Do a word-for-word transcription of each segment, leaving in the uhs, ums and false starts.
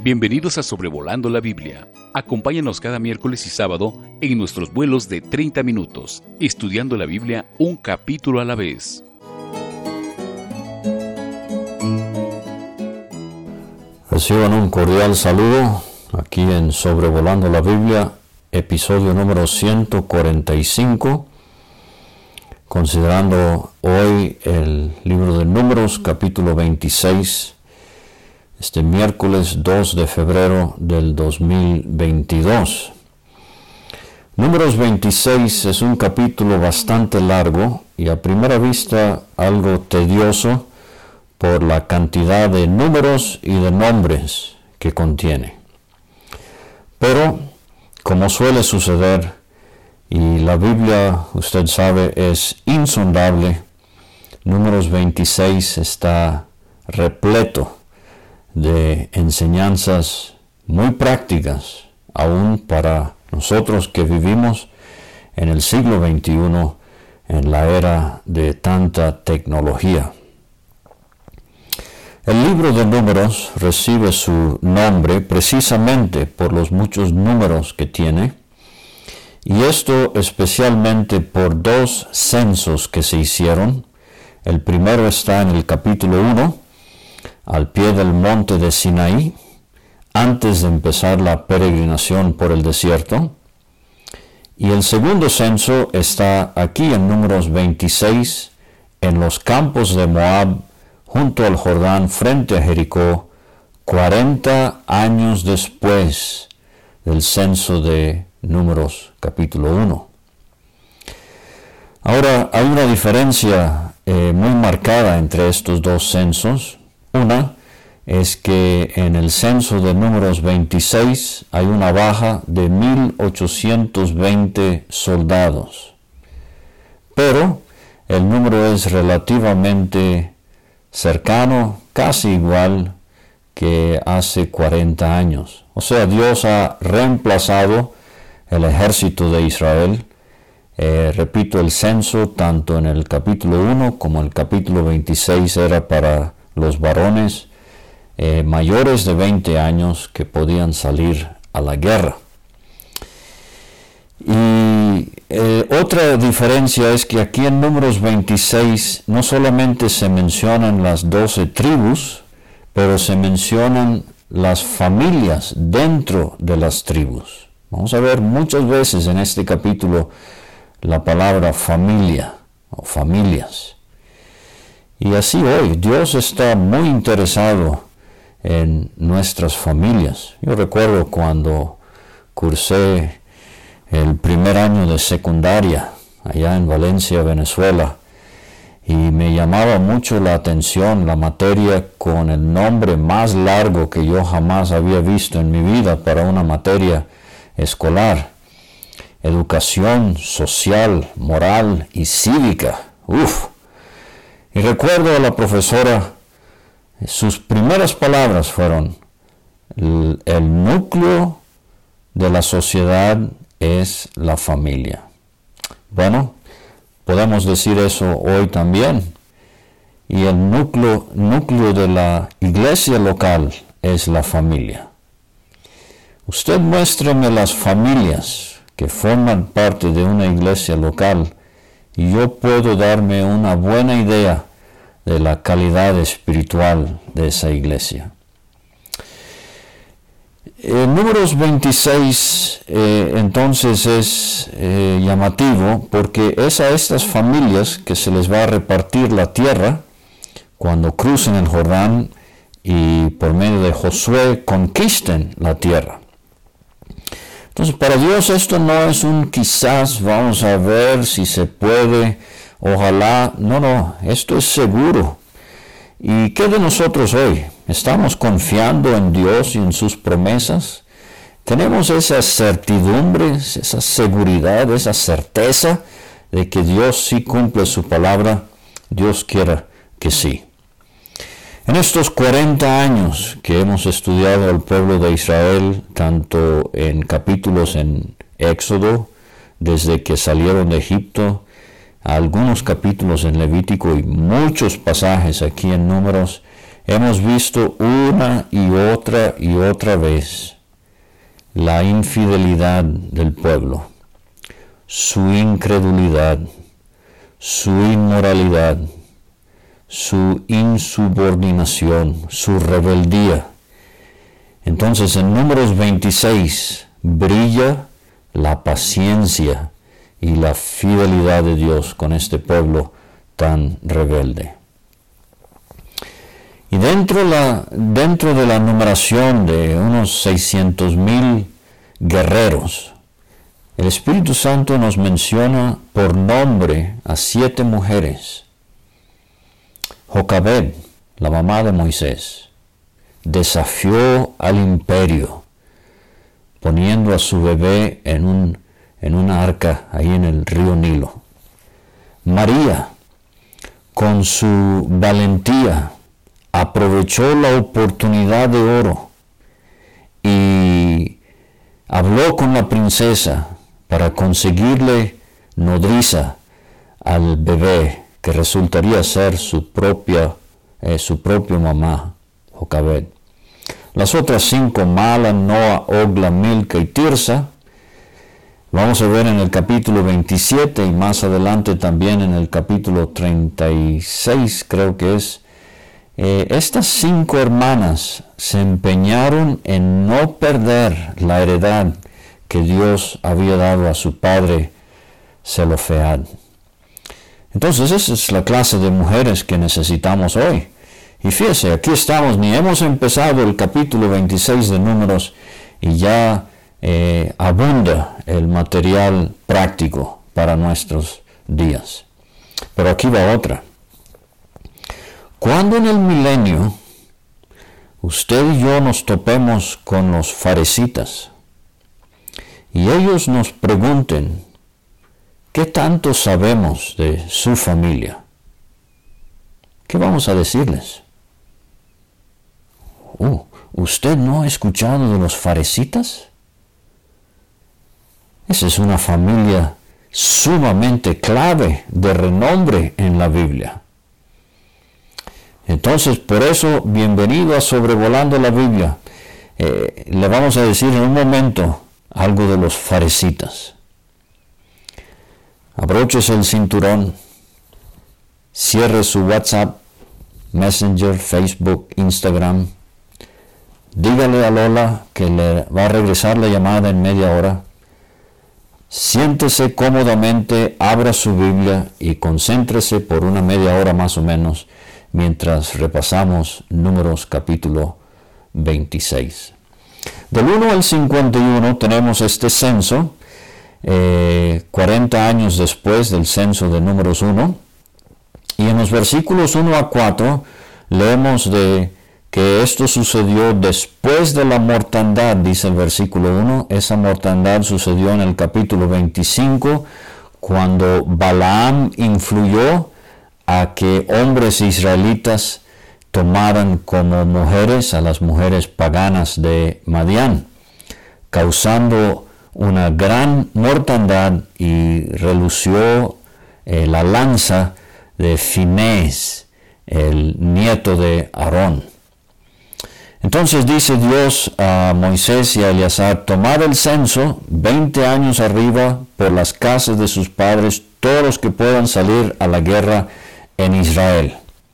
Bienvenidos a Sobrevolando la Biblia. Acompáñanos cada miércoles y sábado en nuestros vuelos de treinta minutos, estudiando la Biblia un capítulo a la vez. Reciban un cordial saludo aquí en Sobrevolando la Biblia, episodio número ciento cuarenta y cinco, considerando hoy el libro de Números, capítulo veintiséis, este miércoles dos de febrero del dos mil veintidós. Números veintiséis es un capítulo bastante largo y a primera vista algo tedioso por la cantidad de números y de nombres que contiene. Pero, como suele suceder, y la Biblia, usted sabe, es insondable, Números veintiséis está repleto de enseñanzas muy prácticas, aún para nosotros que vivimos en el siglo veintiuno, en la era de tanta tecnología. El libro de Números recibe su nombre precisamente por los muchos números que tiene, y esto especialmente por dos censos que se hicieron. El primero está en el capítulo uno, al pie del monte de Sinaí, antes de empezar la peregrinación por el desierto. Y el segundo censo está aquí en Números veintiséis, en los campos de Moab, junto al Jordán, frente a Jericó, cuarenta años después del censo de Números capítulo uno. Ahora, hay una diferencia eh, muy marcada entre estos dos censos. Una es que en el censo de Números veintiséis hay una baja de mil ochocientos veinte soldados, pero el número es relativamente cercano, casi igual que hace cuarenta años. O sea, Dios ha reemplazado el ejército de Israel. Eh, repito, el censo tanto en el capítulo uno como el capítulo veintiséis era para los varones eh, mayores de veinte años que podían salir a la guerra. Y eh, otra diferencia es que aquí en Números veintiséis no solamente se mencionan las doce tribus, pero se mencionan las familias dentro de las tribus. Vamos a ver muchas veces en este capítulo la palabra familia o familias. Y así hoy, Dios está muy interesado en nuestras familias. Yo recuerdo cuando cursé el primer año de secundaria allá en Valencia, Venezuela, y me llamaba mucho la atención la materia con el nombre más largo que yo jamás había visto en mi vida para una materia escolar: Educación Social, Moral y Cívica. Uf. Y recuerdo a la profesora, sus primeras palabras fueron: el, el núcleo de la sociedad es la familia. Bueno, podemos decir eso hoy también. Y el núcleo, núcleo de la iglesia local es la familia. Usted muéstreme las familias que forman parte de una iglesia local y yo puedo darme una buena idea de la calidad espiritual de esa iglesia. En Números veintiséis eh, entonces es eh, llamativo porque es a estas familias que se les va a repartir la tierra cuando crucen el Jordán y por medio de Josué conquisten la tierra. Entonces, para Dios esto no es un quizás, vamos a ver si se puede, ojalá. No, no, esto es seguro. ¿Y qué de nosotros hoy? ¿Estamos confiando en Dios y en sus promesas? ¿Tenemos esa certidumbre, esa seguridad, esa certeza de que Dios sí cumple su palabra? Dios quiera que sí. En estos cuarenta años que hemos estudiado al pueblo de Israel, tanto en capítulos en Éxodo, desde que salieron de Egipto, algunos capítulos en Levítico y muchos pasajes aquí en Números, hemos visto una y otra y otra vez la infidelidad del pueblo, su incredulidad, su inmoralidad, su insubordinación, su rebeldía. Entonces en Números veintiséis brilla la paciencia y la fidelidad de Dios con este pueblo tan rebelde. Y dentro, la, dentro de la numeración de unos seiscientos mil guerreros, el Espíritu Santo nos menciona por nombre a siete mujeres. Jocabed, la mamá de Moisés, desafió al imperio, poniendo a su bebé en, un, en una arca ahí en el río Nilo. María, con su valentía, aprovechó la oportunidad de oro y habló con la princesa para conseguirle nodriza al bebé que resultaría ser su propia, eh, su propia mamá, Jocabed. Las otras cinco, Mala, Noa, Ogla, Milca y Tirsa, vamos a ver en el capítulo veintisiete y más adelante también en el capítulo treinta y seis, creo que es, eh, estas cinco hermanas se empeñaron en no perder la heredad que Dios había dado a su padre Zelofehad. Entonces esa es la clase de mujeres que necesitamos hoy. Y fíjese, aquí estamos, ni hemos empezado el capítulo veintiséis de Números y ya eh, abunda el material práctico para nuestros días. Pero aquí va otra. Cuando en el milenio usted y yo nos topemos con los faresitas y ellos nos pregunten ¿qué tanto sabemos de su familia? ¿Qué vamos a decirles? Oh, ¿usted no ha escuchado de los faresitas? Esa es una familia sumamente clave, de renombre en la Biblia. Entonces, por eso, bienvenido a Sobrevolando la Biblia. Eh, le vamos a decir en un momento algo de los faresitas. Abróchese el cinturón, cierre su WhatsApp, Messenger, Facebook, Instagram. Dígale a Lola que le va a regresar la llamada en media hora. Siéntese cómodamente, abra su Biblia y concéntrese por una media hora más o menos mientras repasamos Números capítulo veintiséis. Del uno al cincuenta y uno tenemos este censo, eh, cuarenta años después del censo de Números uno, y en los versículos uno a cuatro leemos de que esto sucedió después de la mortandad, dice el versículo uno. Esa mortandad sucedió en el capítulo veinticinco, cuando Balaam influyó a que hombres israelitas tomaran como mujeres a las mujeres paganas de Madián, causando una gran mortandad, y relució eh, la lanza de Finés, el nieto de Aarón. Entonces dice Dios a Moisés y a Eleazar: tomad el censo veinte años arriba por las casas de sus padres, todos los que puedan salir a la guerra en Israel.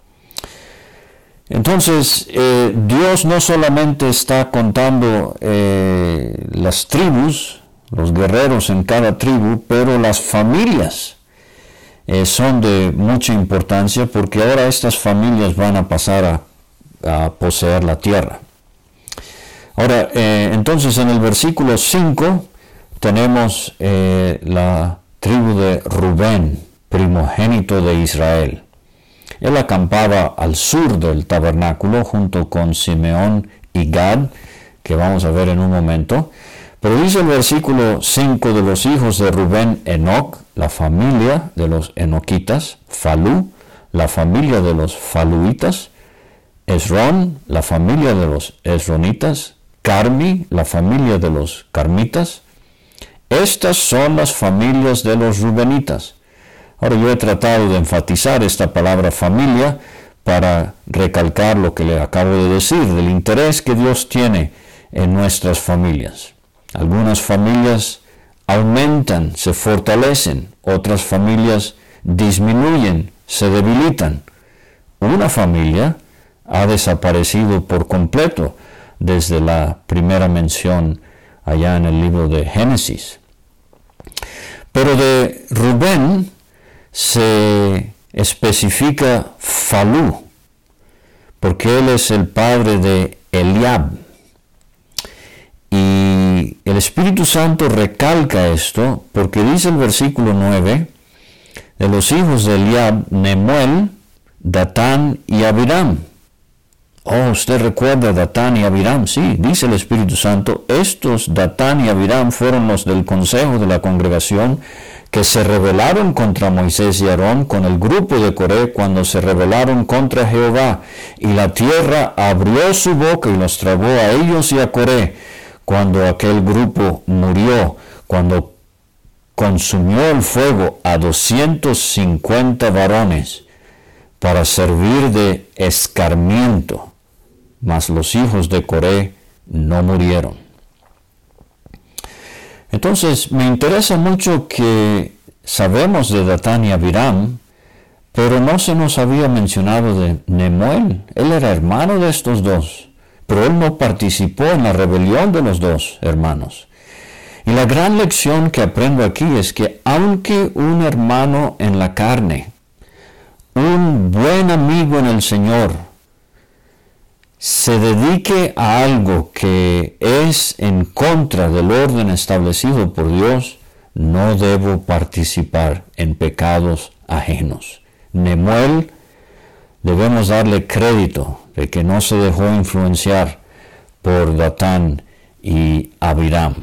Entonces eh, Dios no solamente está contando eh, las tribus, los guerreros en cada tribu, pero las familias eh, son de mucha importancia, porque ahora estas familias van a pasar a a poseer la tierra. Ahora, eh, entonces en el versículo cinco tenemos eh, la tribu de Rubén, primogénito de Israel. Él acampaba al sur del tabernáculo junto con Simeón y Gad, que vamos a ver en un momento. Pero dice el versículo cinco: de los hijos de Rubén, Enoc, la familia de los enoquitas; Falú, la familia de los faluitas; Esrón, la familia de los esronitas; Carmi, la familia de los carmitas. Estas son las familias de los rubenitas. Ahora, yo he tratado de enfatizar esta palabra familia para recalcar lo que le acabo de decir, del interés que Dios tiene en nuestras familias. Algunas familias aumentan, se fortalecen, otras familias disminuyen, se debilitan. Una familia ha desaparecido por completo desde la primera mención allá en el libro de Génesis. Pero de Rubén se especifica Falú, porque él es el padre de Eliab. Y el Espíritu Santo recalca esto porque dice el versículo nueve, de los hijos de Eliab, Nemuel, Datán y Abiram. Oh, usted recuerda a Datán y Abiram, sí, dice el Espíritu Santo, estos Datán y Abiram fueron los del consejo de la congregación que se rebelaron contra Moisés y Aarón con el grupo de Coré cuando se rebelaron contra Jehová, y la tierra abrió su boca y los tragó a ellos y a Coré, cuando aquel grupo murió, cuando consumió el fuego a doscientos cincuenta varones para servir de escarmiento, mas los hijos de Coré no murieron. Entonces, me interesa mucho que sabemos de Datán y Abiram, pero no se nos había mencionado de Nemuel. Él era hermano de estos dos, pero él no participó en la rebelión de los dos hermanos. Y la gran lección que aprendo aquí es que aunque un hermano en la carne, un buen amigo en el Señor, se dedique a algo que es en contra del orden establecido por Dios, no debo participar en pecados ajenos. Nemuel, debemos darle crédito de que no se dejó influenciar por Datán y Abiram.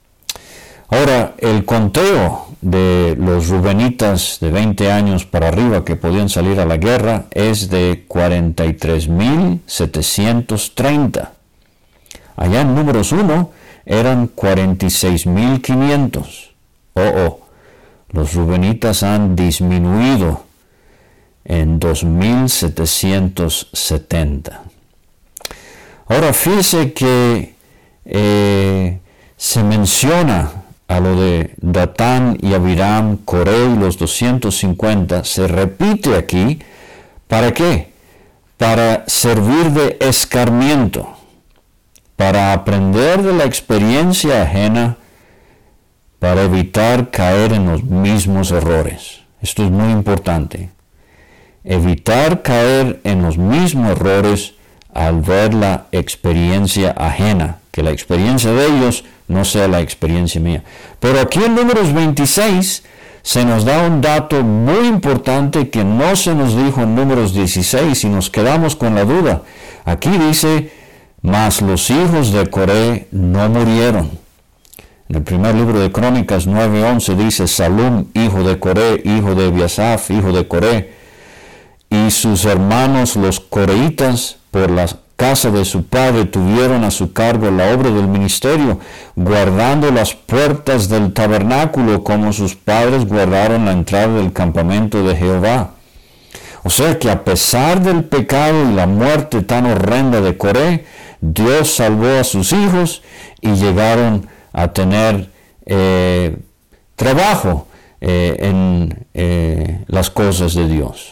Ahora, el conteo de los rubenitas de veinte años para arriba que podían salir a la guerra es de cuarenta y tres mil setecientos treinta. Allá en números uno eran cuarenta y seis mil quinientos. Oh, oh, los rubenitas han disminuido en dos mil setecientos setenta. Ahora, fíjese que eh, se menciona a lo de Datán y Abiram, Coré y los doscientos cincuenta, se repite aquí, ¿para qué? Para servir de escarmiento, para aprender de la experiencia ajena, para evitar caer en los mismos errores. Esto es muy importante. Evitar caer en los mismos errores al ver la experiencia ajena, que la experiencia de ellos no sea la experiencia mía. Pero aquí en números veintiséis se nos da un dato muy importante que no se nos dijo en números dieciséis y nos quedamos con la duda. Aquí dice, mas los hijos de Coré no murieron. En el primer libro de Crónicas nueve once dice, Salum, hijo de Coré, hijo de Ebiasaf, hijo de Coré, y sus hermanos los coreitas por las casa de su padre tuvieron a su cargo la obra del ministerio, guardando las puertas del tabernáculo como sus padres guardaron la entrada del campamento de Jehová. O sea que a pesar del pecado y la muerte tan horrenda de Coré, Dios salvó a sus hijos y llegaron a tener eh, trabajo eh, en eh, las cosas de Dios.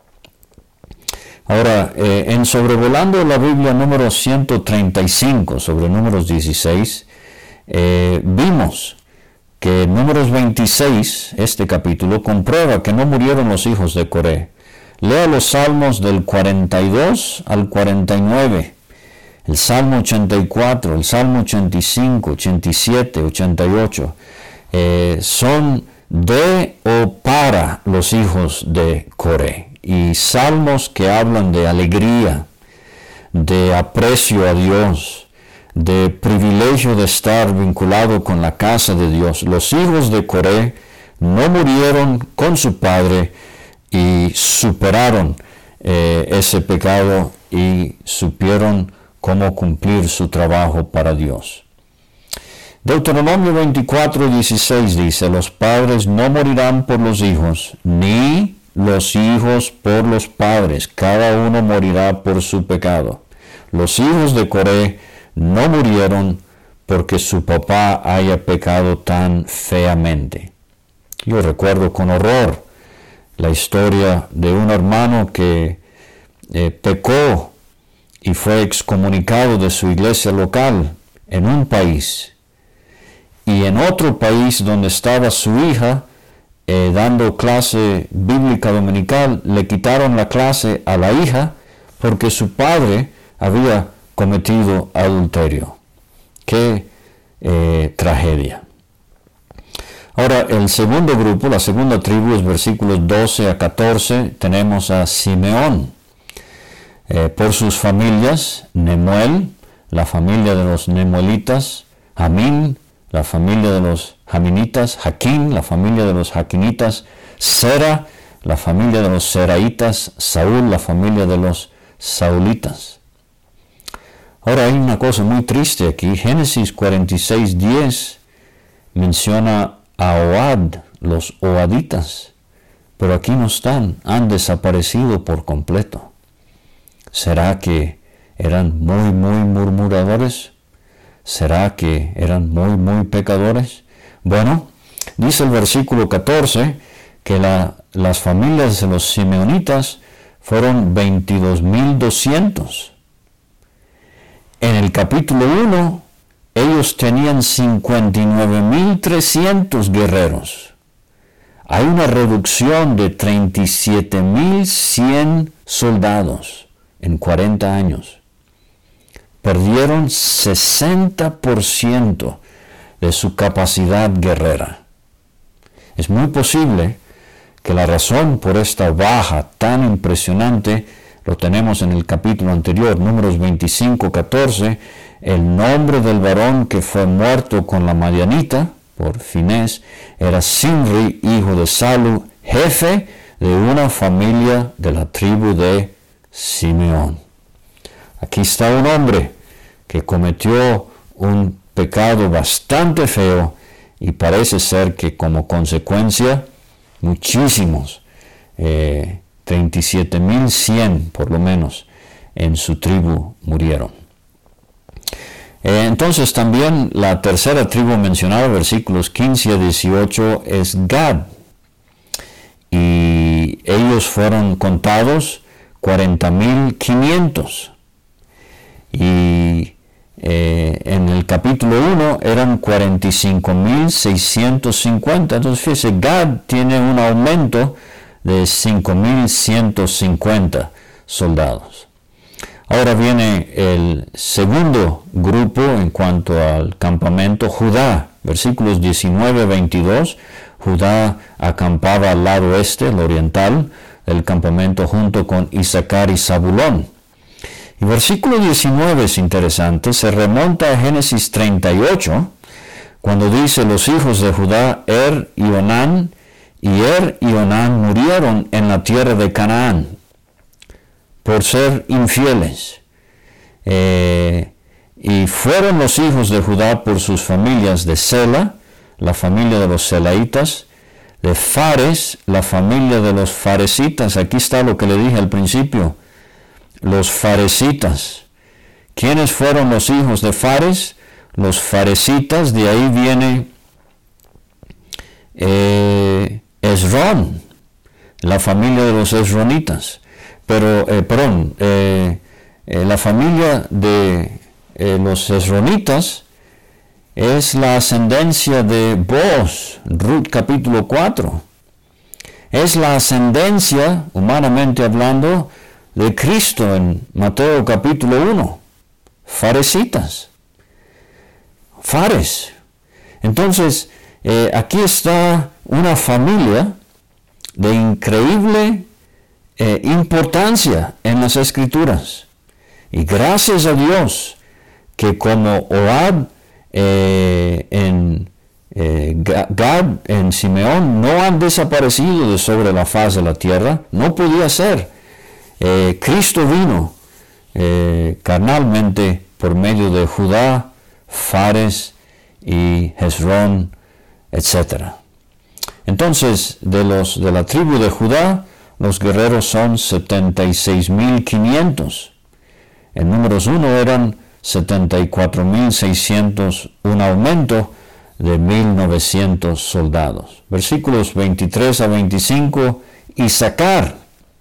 Ahora, eh, en Sobrevolando la Biblia número ciento treinta y cinco, sobre números dieciséis, eh, vimos que en números veintiséis, este capítulo, comprueba que no murieron los hijos de Coré. Lea los salmos del cuarenta y dos al cuarenta y nueve, el Salmo ochenta y cuatro, el Salmo ochenta y cinco, ochenta y siete, ochenta y ocho, eh, son de o para los hijos de Coré. Y salmos que hablan de alegría, de aprecio a Dios, de privilegio de estar vinculado con la casa de Dios. Los hijos de Coré no murieron con su padre y superaron eh, ese pecado y supieron cómo cumplir su trabajo para Dios. Deuteronomio veinticuatro dieciséis dice, los padres no morirán por los hijos, ni los hijos por los padres, cada uno morirá por su pecado. Los hijos de Coré no murieron porque su papá haya pecado tan feamente. Yo recuerdo con horror la historia de un hermano que eh, pecó y fue excomunicado de su iglesia local en un país. Y en otro país donde estaba su hija eh, dando clase bíblica dominical, le quitaron la clase a la hija porque su padre había cometido adulterio. ¡Qué eh, tragedia! Ahora, el segundo grupo, la segunda tribu, es versículos doce a catorce. Tenemos a Simeón. Eh, por sus familias, Nemuel, la familia de los Nemuelitas, Jamín, la familia de los Jaminitas, Jaquín, la familia de los Jaquinitas, Sera, la familia de los Seraitas, Saúl, la familia de los Saulitas. Ahora hay una cosa muy triste aquí. Génesis cuarenta y seis, diez menciona a Ohad, los Ohaditas, pero aquí no están, han desaparecido por completo. ¿Será que eran muy, muy murmuradores? ¿Será que eran muy, muy pecadores? Bueno, dice el versículo catorce que la, las familias de los simeonitas fueron veintidós mil doscientos. En el capítulo uno, ellos tenían cincuenta y nueve mil trescientos guerreros. Hay una reducción de treinta y siete mil cien soldados en cuarenta años. Perdieron sesenta por ciento de su capacidad guerrera. Es muy posible que la razón por esta baja tan impresionante lo tenemos en el capítulo anterior, Números veinticinco, catorce, el nombre del varón que fue muerto con la madianita, por Finés, era Simri, hijo de Salu, jefe de una familia de la tribu de Simeón. Aquí está un hombre que cometió un pecado bastante feo y parece ser que como consecuencia muchísimos, eh, treinta y siete mil cien por lo menos, en su tribu murieron. Eh, entonces también la tercera tribu mencionada, versículos quince a dieciocho, es Gad. Y ellos fueron contados cuarenta mil quinientos. Y eh, en el capítulo uno eran cuarenta y cinco mil seiscientos cincuenta. Entonces fíjese, Gad tiene un aumento de cinco mil ciento cincuenta soldados. Ahora viene el segundo grupo en cuanto al campamento, Judá, versículos diecinueve a veintidós. Judá acampaba al lado este, el oriental, del campamento junto con Isaacar y Zabulón. Y versículo diecinueve es interesante, se remonta a Génesis treinta y ocho, cuando dice: los hijos de Judá, Er y Onán, y Er y Onán murieron en la tierra de Canaán por ser infieles. Eh, y fueron los hijos de Judá por sus familias de Sela, la familia de los Selaitas, de Fares, la familia de los Faresitas. Aquí está lo que le dije al principio, los Faresitas. ¿Quiénes fueron los hijos de Fares? Los Faresitas. De ahí viene eh, Esrón, la familia de los Esronitas. Pero, eh, perdón, eh, eh, la familia de eh, los Esronitas es la ascendencia de Booz, Ruth capítulo cuatro. Es la ascendencia, humanamente hablando, de Cristo en Mateo capítulo uno. Faresitas. Fares. Entonces, eh, aquí está una familia de increíble eh, importancia en las Escrituras. Y gracias a Dios que como Ohad eh, en eh, Gad, en Simeón, no han desaparecido de sobre la faz de la tierra. No podía ser. Eh, Cristo vino eh, carnalmente por medio de Judá, Fares y Hezrón, etcétera. Entonces, de los de la tribu de Judá, los guerreros son setenta y seis mil quinientos. En números uno eran setenta y cuatro mil seiscientos, un aumento de mil novecientos soldados. Versículos veintitrés a veinticinco, Isaacar.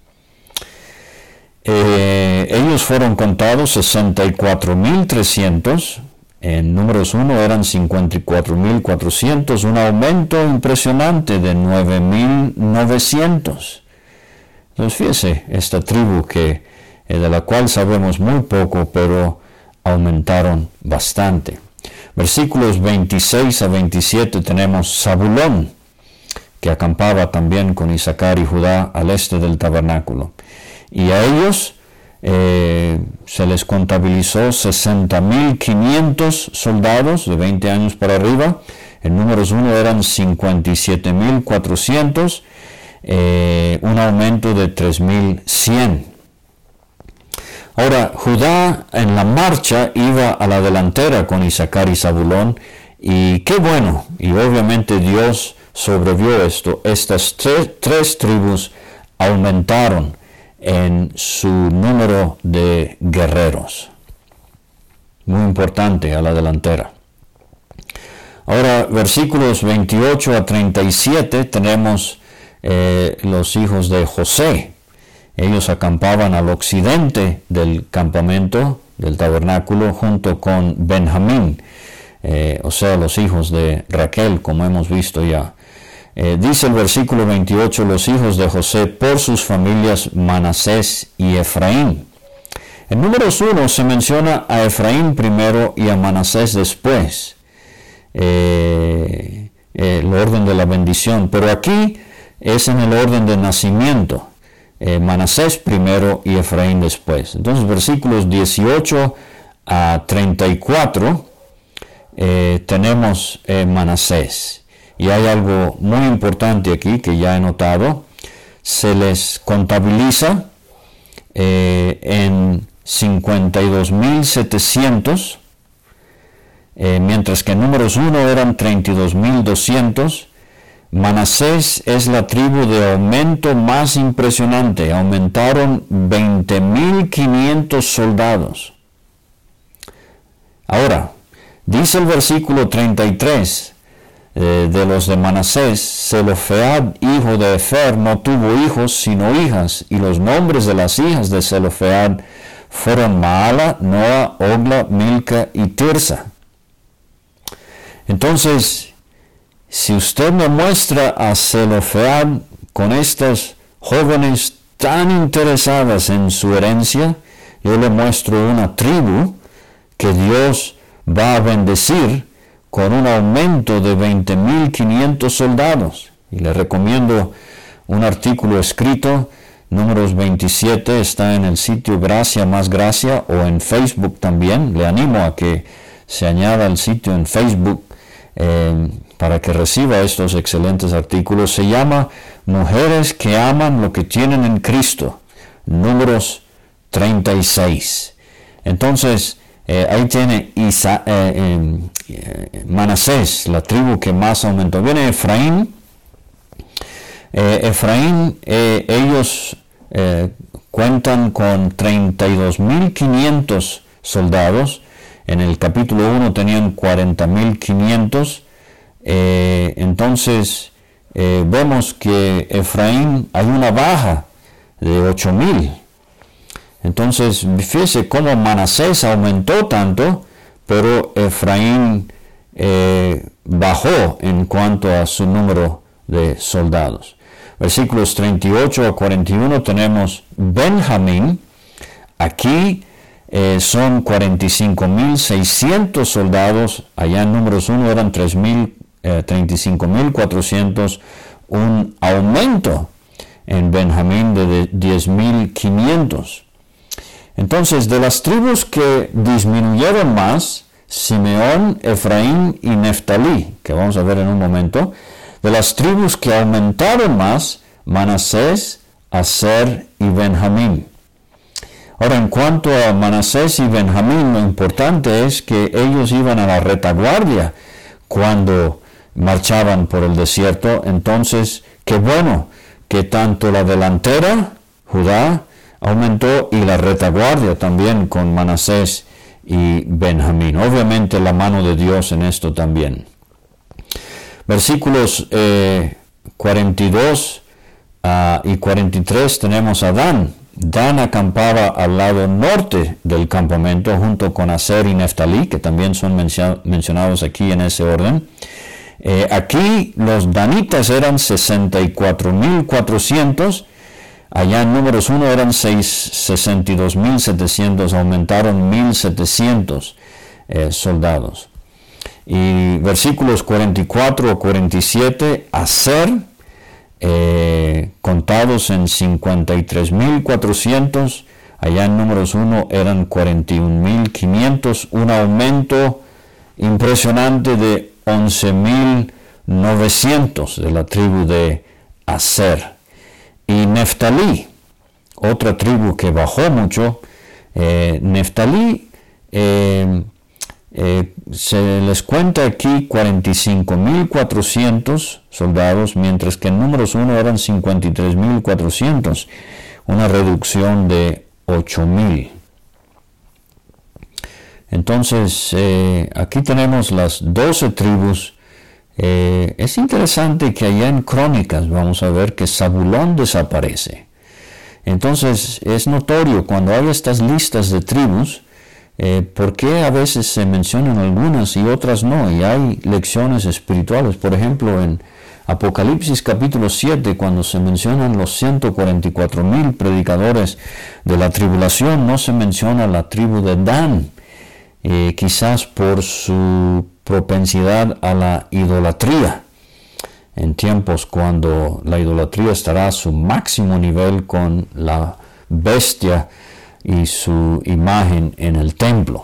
Eh, ellos fueron contados sesenta y cuatro mil trescientos. En números uno eran cincuenta y cuatro mil cuatrocientos, un aumento impresionante de nueve mil novecientos. Entonces fíjese, esta tribu que, eh, de la cual sabemos muy poco, pero aumentaron bastante. Versículos veintiséis a veintisiete tenemos Zabulón, que acampaba también con Isaacar y Judá al este del tabernáculo. Y a ellos eh, se les contabilizó sesenta mil quinientos soldados de veinte años para arriba. En números uno eran cincuenta y siete mil cuatrocientos, eh, un aumento de tres mil cien. Ahora, Judá en la marcha iba a la delantera con Isaacar y Zabulón, y qué bueno, y obviamente Dios sobrevió esto. Estas tres, tres tribus aumentaron en su número de guerreros. Muy importante a la delantera. Ahora, versículos veintiocho a treinta y siete tenemos eh, los hijos de José. Ellos acampaban al occidente del campamento, del tabernáculo, junto con Benjamín, eh, o sea, los hijos de Raquel, como hemos visto ya. Eh, dice el versículo veintiocho, los hijos de José por sus familias Manasés y Efraín. En números uno se menciona a Efraín primero y a Manasés después, eh, eh, el orden de la bendición, pero aquí es en el orden de nacimiento. Eh, Manasés primero y Efraín después. Entonces, versículos dieciocho a treinta y cuatro eh, tenemos eh, Manasés. Y hay algo muy importante aquí que ya he notado. Se les contabiliza eh, en cincuenta y dos mil setecientos, eh, mientras que en números uno eran treinta y dos mil doscientos. Manasés es la tribu de aumento más impresionante. Aumentaron veinte mil quinientos soldados. Ahora, dice el versículo treinta y tres eh, de los de Manasés, Zelofead, hijo de Efer, no tuvo hijos sino hijas, y los nombres de las hijas de Zelofead fueron Maala, Noa, Ogla, Milca y Tirsa. Entonces, si usted me muestra a Zelofead con estas jóvenes tan interesadas en su herencia, yo le muestro una tribu que Dios va a bendecir con un aumento de veinte mil quinientos soldados. Y le recomiendo un artículo escrito, números veintisiete, está en el sitio Gracia Más Gracia o en Facebook también. Le animo a que se añada al sitio en Facebook eh, para que reciba estos excelentes artículos. Se llama Mujeres que aman lo que tienen en Cristo, números treinta y seis. Entonces, eh, ahí tiene Isa, eh, eh, Manasés, la tribu que más aumentó. Viene Efraín. Eh, Efraín, eh, ellos eh, cuentan con treinta y dos mil quinientos soldados. En el capítulo uno tenían cuarenta mil quinientos. Eh, entonces eh, vemos que Efraín hay una baja de ocho mil. Entonces fíjese cómo Manasés aumentó tanto, pero Efraín eh, bajó en cuanto a su número de soldados. Versículos treinta y ocho a cuarenta y uno tenemos Benjamín. Aquí eh, son cuarenta y cinco mil seiscientos soldados. Allá en números uno eran tres mil Eh, treinta y cinco mil cuatrocientos, un aumento en Benjamín de diez mil quinientos. Entonces, de las tribus que disminuyeron más, Simeón, Efraín y Neftalí, que vamos a ver en un momento. De las tribus que aumentaron más, Manasés, Aser y Benjamín. Ahora, en cuanto a Manasés y Benjamín, lo importante es que ellos iban a la retaguardia cuando marchaban por el desierto. Entonces, qué bueno que tanto la delantera, Judá, aumentó, y la retaguardia también con Manasés y Benjamín. Obviamente la mano de Dios en esto también. Versículos eh, cuarenta y dos uh, y cuarenta y tres tenemos a Dan. Dan acampaba al lado norte del campamento junto con Aser y Neftalí, que también son mencio- mencionados aquí en ese orden. Eh, aquí los danitas eran sesenta y cuatro mil cuatrocientos, allá en números uno eran sesenta y dos mil setecientos, aumentaron mil setecientos eh, soldados. Y versículos cuarenta y cuatro a cuarenta y siete, Aser, eh, contados en cincuenta y tres mil cuatrocientos, allá en números uno eran cuarenta y un mil quinientos, un aumento impresionante de once mil novecientos de la tribu de Aser. Y Neftalí, otra tribu que bajó mucho, eh, Neftalí, eh, eh, se les cuenta aquí cuarenta y cinco mil cuatrocientos soldados, mientras que en números uno eran cincuenta y tres mil cuatrocientos, una reducción de ocho mil. Entonces, eh, aquí tenemos las doce tribus. Eh, es interesante que allá en Crónicas vamos a ver que Zabulón desaparece. Entonces, es notorio cuando hay estas listas de tribus, eh, por qué a veces se mencionan algunas y otras no, y hay lecciones espirituales. Por ejemplo, en Apocalipsis capítulo siete, cuando se mencionan los ciento cuarenta y cuatro mil predicadores de la tribulación, no se menciona la tribu de Dan. Eh, quizás por su propensidad a la idolatría, en tiempos cuando la idolatría estará a su máximo nivel con la bestia y su imagen en el templo.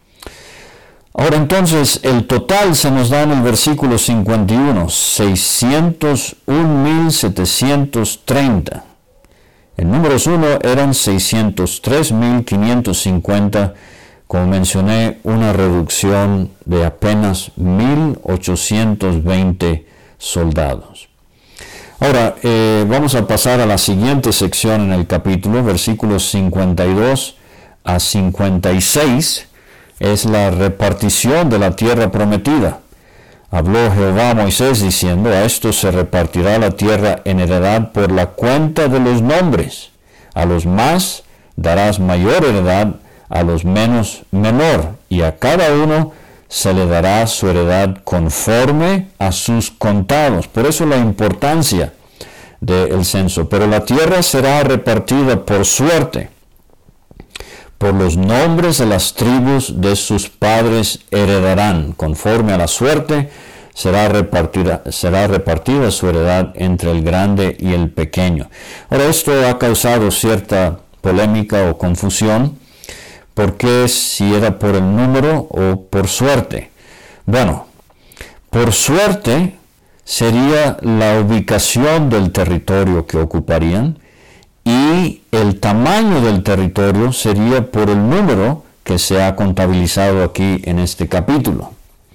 Ahora entonces el total se nos da en el versículo cincuenta y uno, seiscientos un mil setecientos treinta. En números uno eran seiscientos tres mil quinientos cincuenta. Como mencioné, una reducción de apenas mil ochocientos veinte soldados. Ahora, eh, vamos a pasar a la siguiente sección en el capítulo, versículos cincuenta y dos a cincuenta y seis, es la repartición de la tierra prometida. Habló Jehová a Moisés diciendo, a esto se repartirá la tierra en heredad por la cuenta de los nombres. A los más darás mayor heredad, a los menos menor, y a cada uno se le dará su heredad conforme a sus contados. Por eso la importancia del censo. Pero la tierra será repartida por suerte. Por los nombres de las tribus de sus padres heredarán. Conforme a la suerte será repartida, será repartida su heredad entre el grande y el pequeño. Ahora, esto ha causado cierta polémica o confusión. ¿Por qué si era por el número o por suerte? Bueno, por suerte sería la ubicación del territorio que ocuparían, y el tamaño del territorio sería por el número que se ha contabilizado aquí en este capítulo.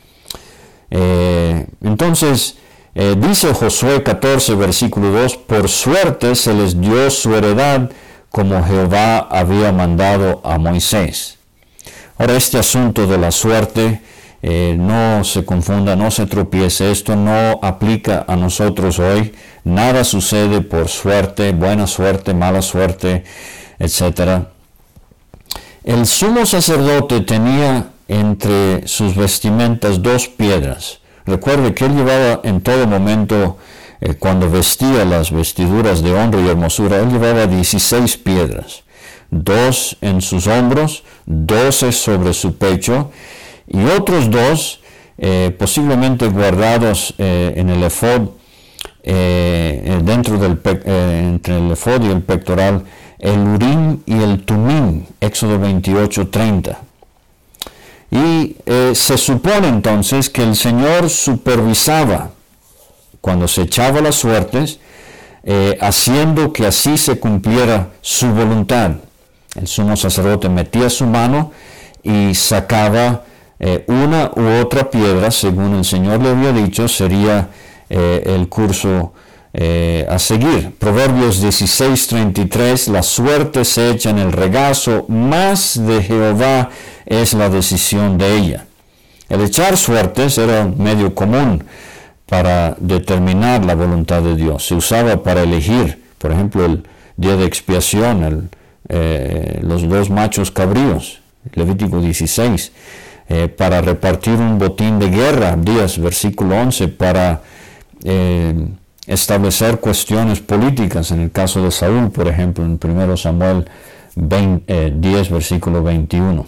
Eh, entonces, eh, dice Josué catorce, versículo dos, por suerte se les dio su heredad como Jehová había mandado a Moisés. Ahora, este asunto de la suerte, eh, no se confunda, no se tropiece, esto no aplica a nosotros hoy. Nada sucede por suerte, buena suerte, mala suerte, etcétera. El sumo sacerdote tenía entre sus vestimentas dos piedras. Recuerde que él llevaba en todo momento, eh, cuando vestía las vestiduras de honra y hermosura, él llevaba dieciséis piedras, dos en sus hombros, doce sobre su pecho, y otros dos eh, posiblemente guardados eh, en el efod, eh, dentro del pe- eh, entre el efod y el pectoral, el Urim y el Tumim, Éxodo veintiocho, treinta. Y eh, se supone entonces que el Señor supervisaba cuando se echaba las suertes, eh, haciendo que así se cumpliera su voluntad. El sumo sacerdote metía su mano y sacaba eh, una u otra piedra, según el Señor le había dicho, sería eh, el curso eh, a seguir. Proverbios dieciséis treinta y tres, la suerte se echa en el regazo, mas de Jehová es la decisión de ella. El echar suertes era un medio común para determinar la voluntad de Dios. Se usaba para elegir, por ejemplo, el día de expiación, el, eh, los dos machos cabríos, Levítico dieciséis, eh, para repartir un botín de guerra, Abdías, versículo once, para eh, establecer cuestiones políticas, en el caso de Saúl, por ejemplo, en primero Samuel diez, versículo veintiuno.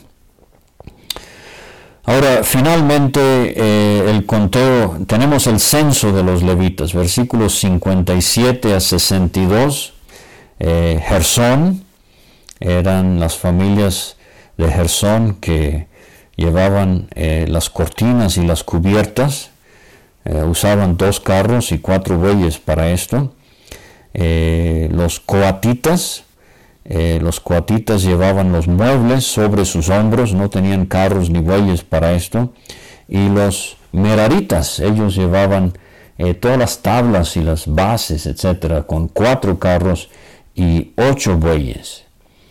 Ahora, finalmente, eh, el conteo, tenemos el censo de los levitas, versículos cincuenta y siete a sesenta y dos, eh, Gersón, eran las familias de Gersón que llevaban eh, las cortinas y las cubiertas, eh, usaban dos carros y cuatro bueyes para esto. Eh, los coatitas, Eh, los coatitas llevaban los muebles sobre sus hombros, no tenían carros ni bueyes para esto. Y los meraritas, ellos llevaban eh, todas las tablas y las bases, etcétera, con cuatro carros y ocho bueyes.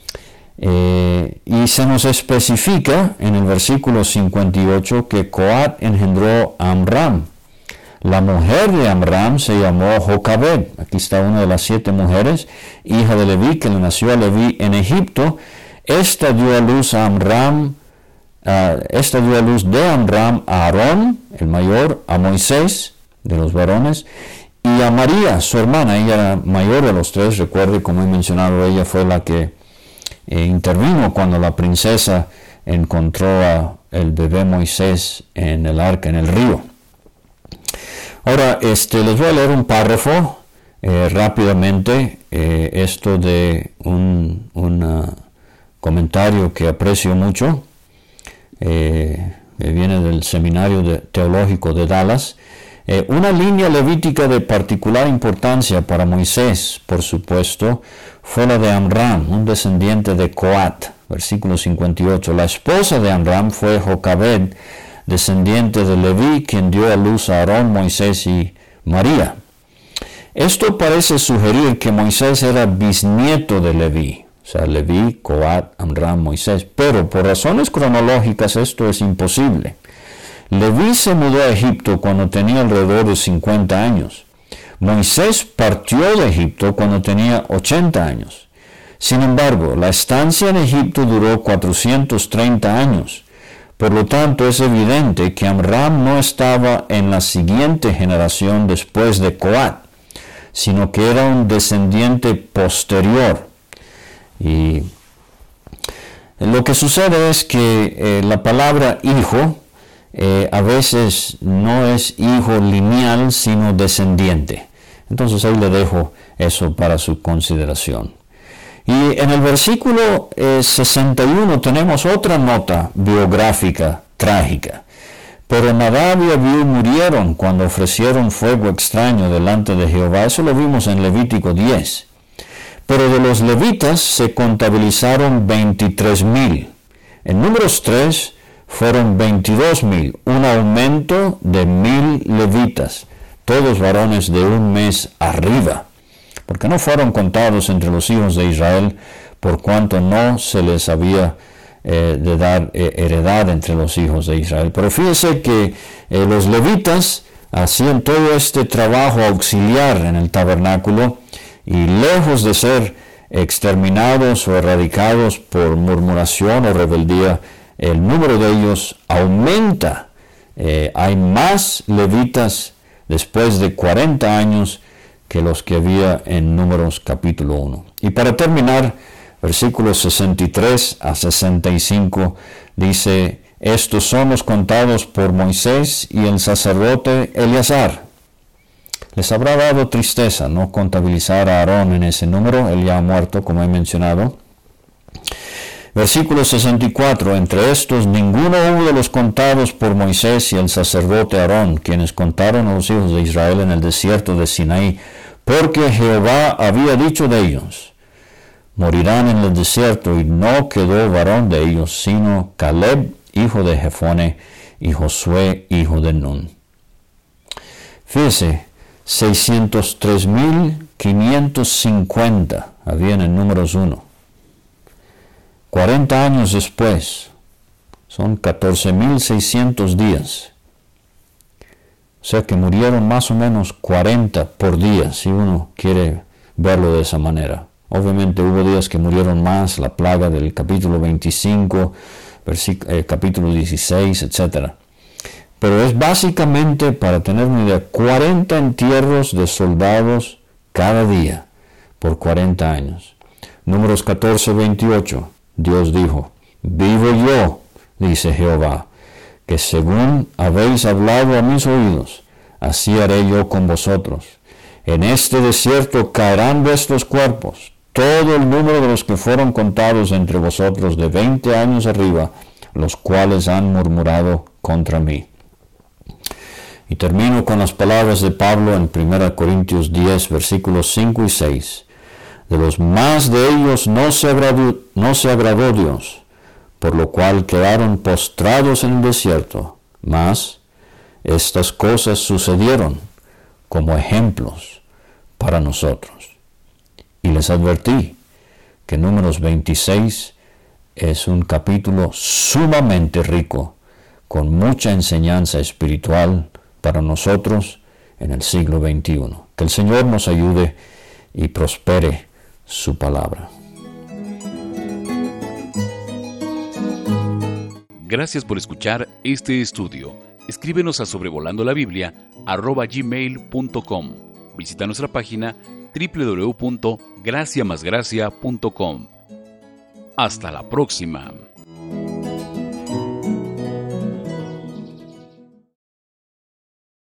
Eh, y se nos especifica en el versículo cincuenta y ocho que Coat engendró a Amram. La mujer de Amram se llamó Jocabed. Aquí está una de las siete mujeres, hija de Leví, que le nació a Leví en Egipto. Esta dio a luz a Amram, uh, esta dio a luz de Amram a Aarón, el mayor, a Moisés, de los varones, y a María, su hermana. Ella era mayor de los tres. Recuerde, como he mencionado, ella fue la que eh, intervino cuando la princesa encontró a el bebé Moisés en el arca, en el río. Ahora, este, les voy a leer un párrafo eh, rápidamente, eh, esto de un, un uh, comentario que aprecio mucho, eh, que viene del Seminario de, Teológico de Dallas. Eh, una línea levítica de particular importancia para Moisés, por supuesto, fue la de Amram, un descendiente de Coat, versículo cincuenta y ocho. La esposa de Amram fue Jocabed, descendiente de Leví, quien dio a luz a Aarón, Moisés y María. Esto parece sugerir que Moisés era bisnieto de Leví, o sea, Leví, Coat, Amram, Moisés, pero por razones cronológicas esto es imposible. Leví se mudó a Egipto cuando tenía alrededor de cincuenta años. Moisés partió de Egipto cuando tenía ochenta años. Sin embargo, la estancia en Egipto duró cuatrocientos treinta años. Por lo tanto, es evidente que Amram no estaba en la siguiente generación después de Coat, sino que era un descendiente posterior. Y lo que sucede es que eh, la palabra hijo eh, a veces no es hijo lineal, sino descendiente. Entonces ahí le dejo eso para su consideración. Y en el versículo eh, sesenta y uno tenemos otra nota biográfica trágica. Pero Nadab y Abiú murieron cuando ofrecieron fuego extraño delante de Jehová. Eso lo vimos en Levítico diez. Pero de los levitas se contabilizaron veintitrés mil. En Números tres fueron veintidós mil, un aumento de mil levitas, todos varones de un mes arriba, porque no fueron contados entre los hijos de Israel, por cuanto no se les había eh, de dar eh, heredad entre los hijos de Israel. Pero fíjese que eh, los levitas hacían todo este trabajo auxiliar en el tabernáculo, y lejos de ser exterminados o erradicados por murmuración o rebeldía, el número de ellos aumenta. Eh, hay más levitas después de cuarenta años que los que había en Números capítulo uno. Y para terminar, versículos sesenta y tres a sesenta y cinco dice: estos son los contados por Moisés y el sacerdote Eleazar. Les habrá dado tristeza no contabilizar a Aarón en ese número, él ya ha muerto, como he mencionado. Versículo sesenta y cuatro, entre estos ninguno hubo de los contados por Moisés y el sacerdote Aarón, quienes contaron a los hijos de Israel en el desierto de Sinaí, porque Jehová había dicho de ellos: morirán en el desierto, y no quedó varón de ellos, sino Caleb, hijo de Jefone, y Josué, hijo de Nun. Fíjese, seiscientos tres mil quinientos cincuenta habían en Números uno. cuarenta años después, son catorce mil seiscientos días. O sea que murieron más o menos cuarenta por día, si uno quiere verlo de esa manera. Obviamente hubo días que murieron más, la plaga del capítulo veinticinco, eh, capítulo dieciséis, etcétera. Pero es básicamente, para tener una idea, cuarenta entierros de soldados cada día por cuarenta años. Números catorce, veintiocho. Dios dijo, vivo yo, dice Jehová, que según habéis hablado a mis oídos, así haré yo con vosotros. En este desierto caerán vuestros cuerpos, todo el número de los que fueron contados entre vosotros de veinte años arriba, los cuales han murmurado contra mí. Y termino con las palabras de Pablo en primera Corintios diez, versículos cinco y seis. De los más de ellos no se agradó, no se agradó Dios, por lo cual quedaron postrados en el desierto. Mas estas cosas sucedieron como ejemplos para nosotros. Y les advertí que Números veintiséis es un capítulo sumamente rico, con mucha enseñanza espiritual para nosotros en el siglo veintiuno. Que el Señor nos ayude y prospere su palabra. Gracias por escuchar este estudio. Escríbenos a sobrevolando la Biblia arroba gmail punto com. Visita nuestra página doble u doble u doble u punto gracia más gracia punto com. Hasta la próxima.